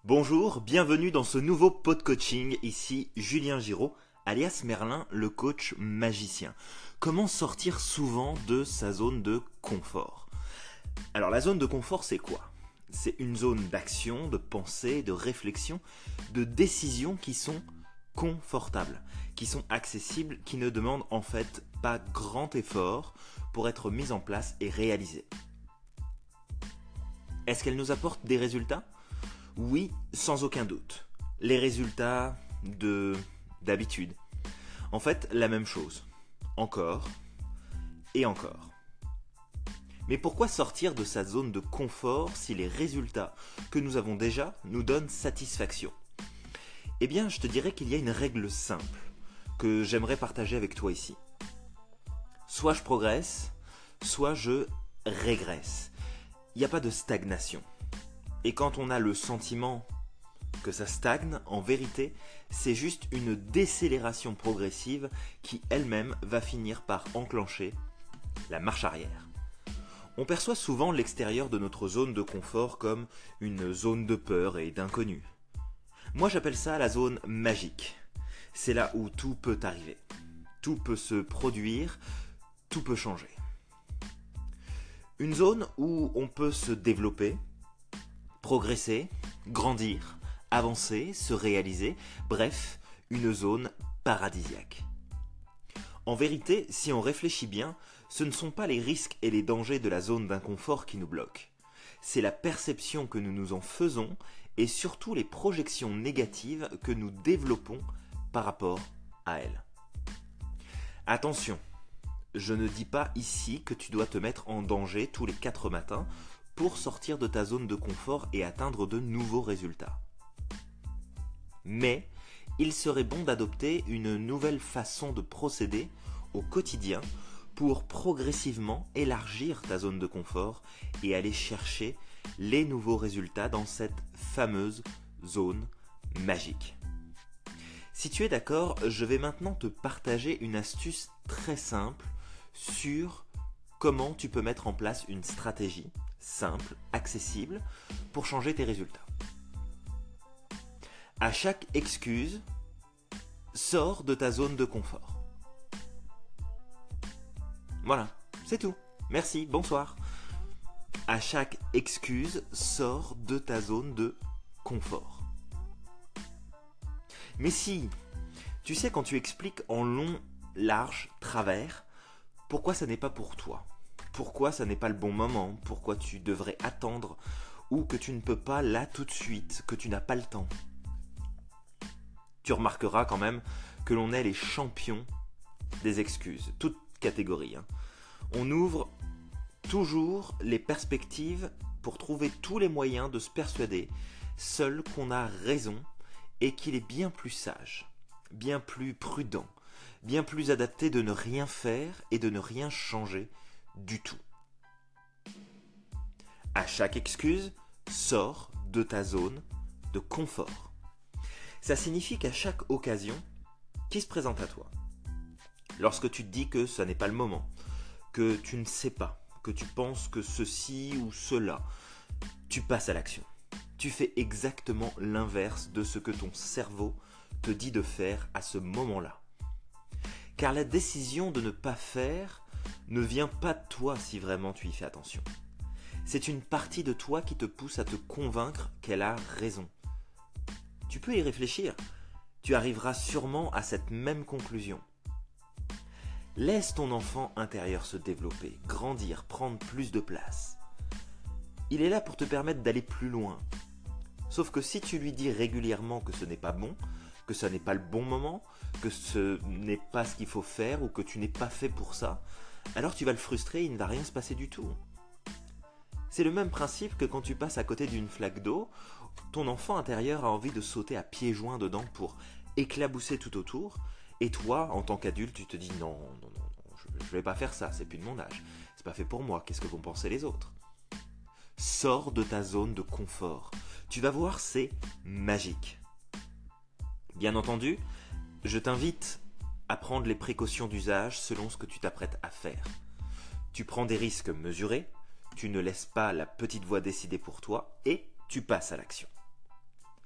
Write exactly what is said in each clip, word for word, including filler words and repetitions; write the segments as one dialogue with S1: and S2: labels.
S1: Bonjour, bienvenue dans ce nouveau pod coaching, ici Julien Giraud, alias Merlin, le coach magicien. Comment sortir souvent de sa zone de confort? Alors la zone de confort, c'est quoi? C'est une zone d'action, de pensée, de réflexion, de décision qui sont confortables, qui sont accessibles, qui ne demandent en fait pas grand effort pour être mises en place et réalisées. Est-ce qu'elles nous apportent des résultats? Oui, sans aucun doute. Les résultats de d'habitude. En fait, la même chose. Encore et encore. Mais pourquoi sortir de sa zone de confort si les résultats que nous avons déjà nous donnent satisfaction? Eh bien, je te dirais qu'il y a une règle simple que j'aimerais partager avec toi ici. Soit je progresse, soit je régresse. Il n'y a pas de stagnation. Et quand on a le sentiment que ça stagne, en vérité, c'est juste une décélération progressive qui elle-même va finir par enclencher la marche arrière. On perçoit souvent l'extérieur de notre zone de confort comme une zone de peur et d'inconnu. Moi j'appelle ça la zone magique. C'est là où tout peut arriver. Tout peut se produire, tout peut changer. Une zone où on peut se développer, progresser, grandir, avancer, se réaliser, bref, une zone paradisiaque. En vérité, si on réfléchit bien, ce ne sont pas les risques et les dangers de la zone d'inconfort qui nous bloquent. C'est la perception que nous nous en faisons et surtout les projections négatives que nous développons par rapport à elle. Attention, je ne dis pas ici que tu dois te mettre en danger tous les quatre matins pour sortir de ta zone de confort et atteindre de nouveaux résultats. Mais il serait bon d'adopter une nouvelle façon de procéder au quotidien pour progressivement élargir ta zone de confort et aller chercher les nouveaux résultats dans cette fameuse zone magique. Si tu es d'accord, je vais maintenant te partager une astuce très simple sur comment tu peux mettre en place une stratégie simple, accessible, pour changer tes résultats. À chaque excuse, sors de ta zone de confort. Voilà, c'est tout. Merci, bonsoir. À chaque excuse, sors de ta zone de confort. Mais si, tu sais quand tu expliques en long, large, travers, pourquoi ça n'est pas pour toi, pourquoi ça n'est pas le bon moment, pourquoi tu devrais attendre ou que tu ne peux pas là tout de suite, que tu n'as pas le temps. Tu remarqueras quand même que l'on est les champions des excuses, toute catégorie. Hein. On ouvre toujours les perspectives pour trouver tous les moyens de se persuader seul qu'on a raison et qu'il est bien plus sage, bien plus prudent, bien plus adapté de ne rien faire et de ne rien changer du tout. À chaque excuse, sors de ta zone de confort. Ça signifie qu'à chaque occasion qui se présente à toi, lorsque tu te dis que ce n'est pas le moment, que tu ne sais pas, que tu penses que ceci ou cela, tu passes à l'action. Tu fais exactement l'inverse de ce que ton cerveau te dit de faire à ce moment-là. Car la décision de ne pas faire ne vient pas de toi si vraiment tu y fais attention. C'est une partie de toi qui te pousse à te convaincre qu'elle a raison. Tu peux y réfléchir, tu arriveras sûrement à cette même conclusion. Laisse ton enfant intérieur se développer, grandir, prendre plus de place. Il est là pour te permettre d'aller plus loin. Sauf que si tu lui dis régulièrement que ce n'est pas bon, que ce n'est pas le bon moment, que ce n'est pas ce qu'il faut faire ou que tu n'es pas fait pour ça, alors tu vas le frustrer et il ne va rien se passer du tout. C'est le même principe que quand tu passes à côté d'une flaque d'eau, ton enfant intérieur a envie de sauter à pieds joints dedans pour éclabousser tout autour, et toi, en tant qu'adulte, tu te dis non, non, non, non je ne vais pas faire ça, c'est plus de mon âge, c'est pas fait pour moi, qu'est-ce que vont penser les autres? Sors de ta zone de confort. Tu vas voir, c'est magique. Bien entendu, je t'invite à prendre les précautions d'usage selon ce que tu t'apprêtes à faire. Tu prends des risques mesurés, tu ne laisses pas la petite voix décider pour toi et tu passes à l'action.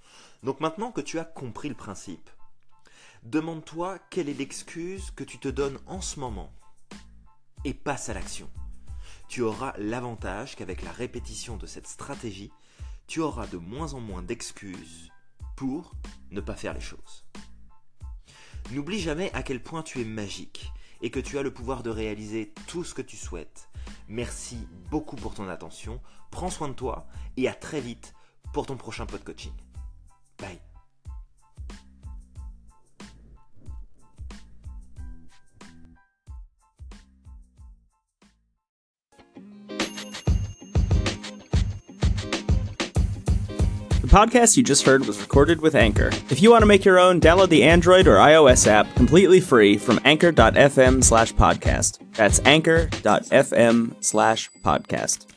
S1: Donc maintenant que tu as compris le principe, demande-toi quelle est l'excuse que tu te donnes en ce moment et passe à l'action. Tu auras l'avantage qu'avec la répétition de cette stratégie, tu auras de moins en moins d'excuses pour ne pas faire les choses. N'oublie jamais à quel point tu es magique et que tu as le pouvoir de réaliser tout ce que tu souhaites. Merci beaucoup pour ton attention, prends soin de toi et à très vite pour ton prochain pod coaching. Bye.
S2: The podcast you just heard was recorded with Anchor. If you want to make your own, download the Android or iOS app completely free from anchor.fm slash podcast. That's anchor.fm slash podcast.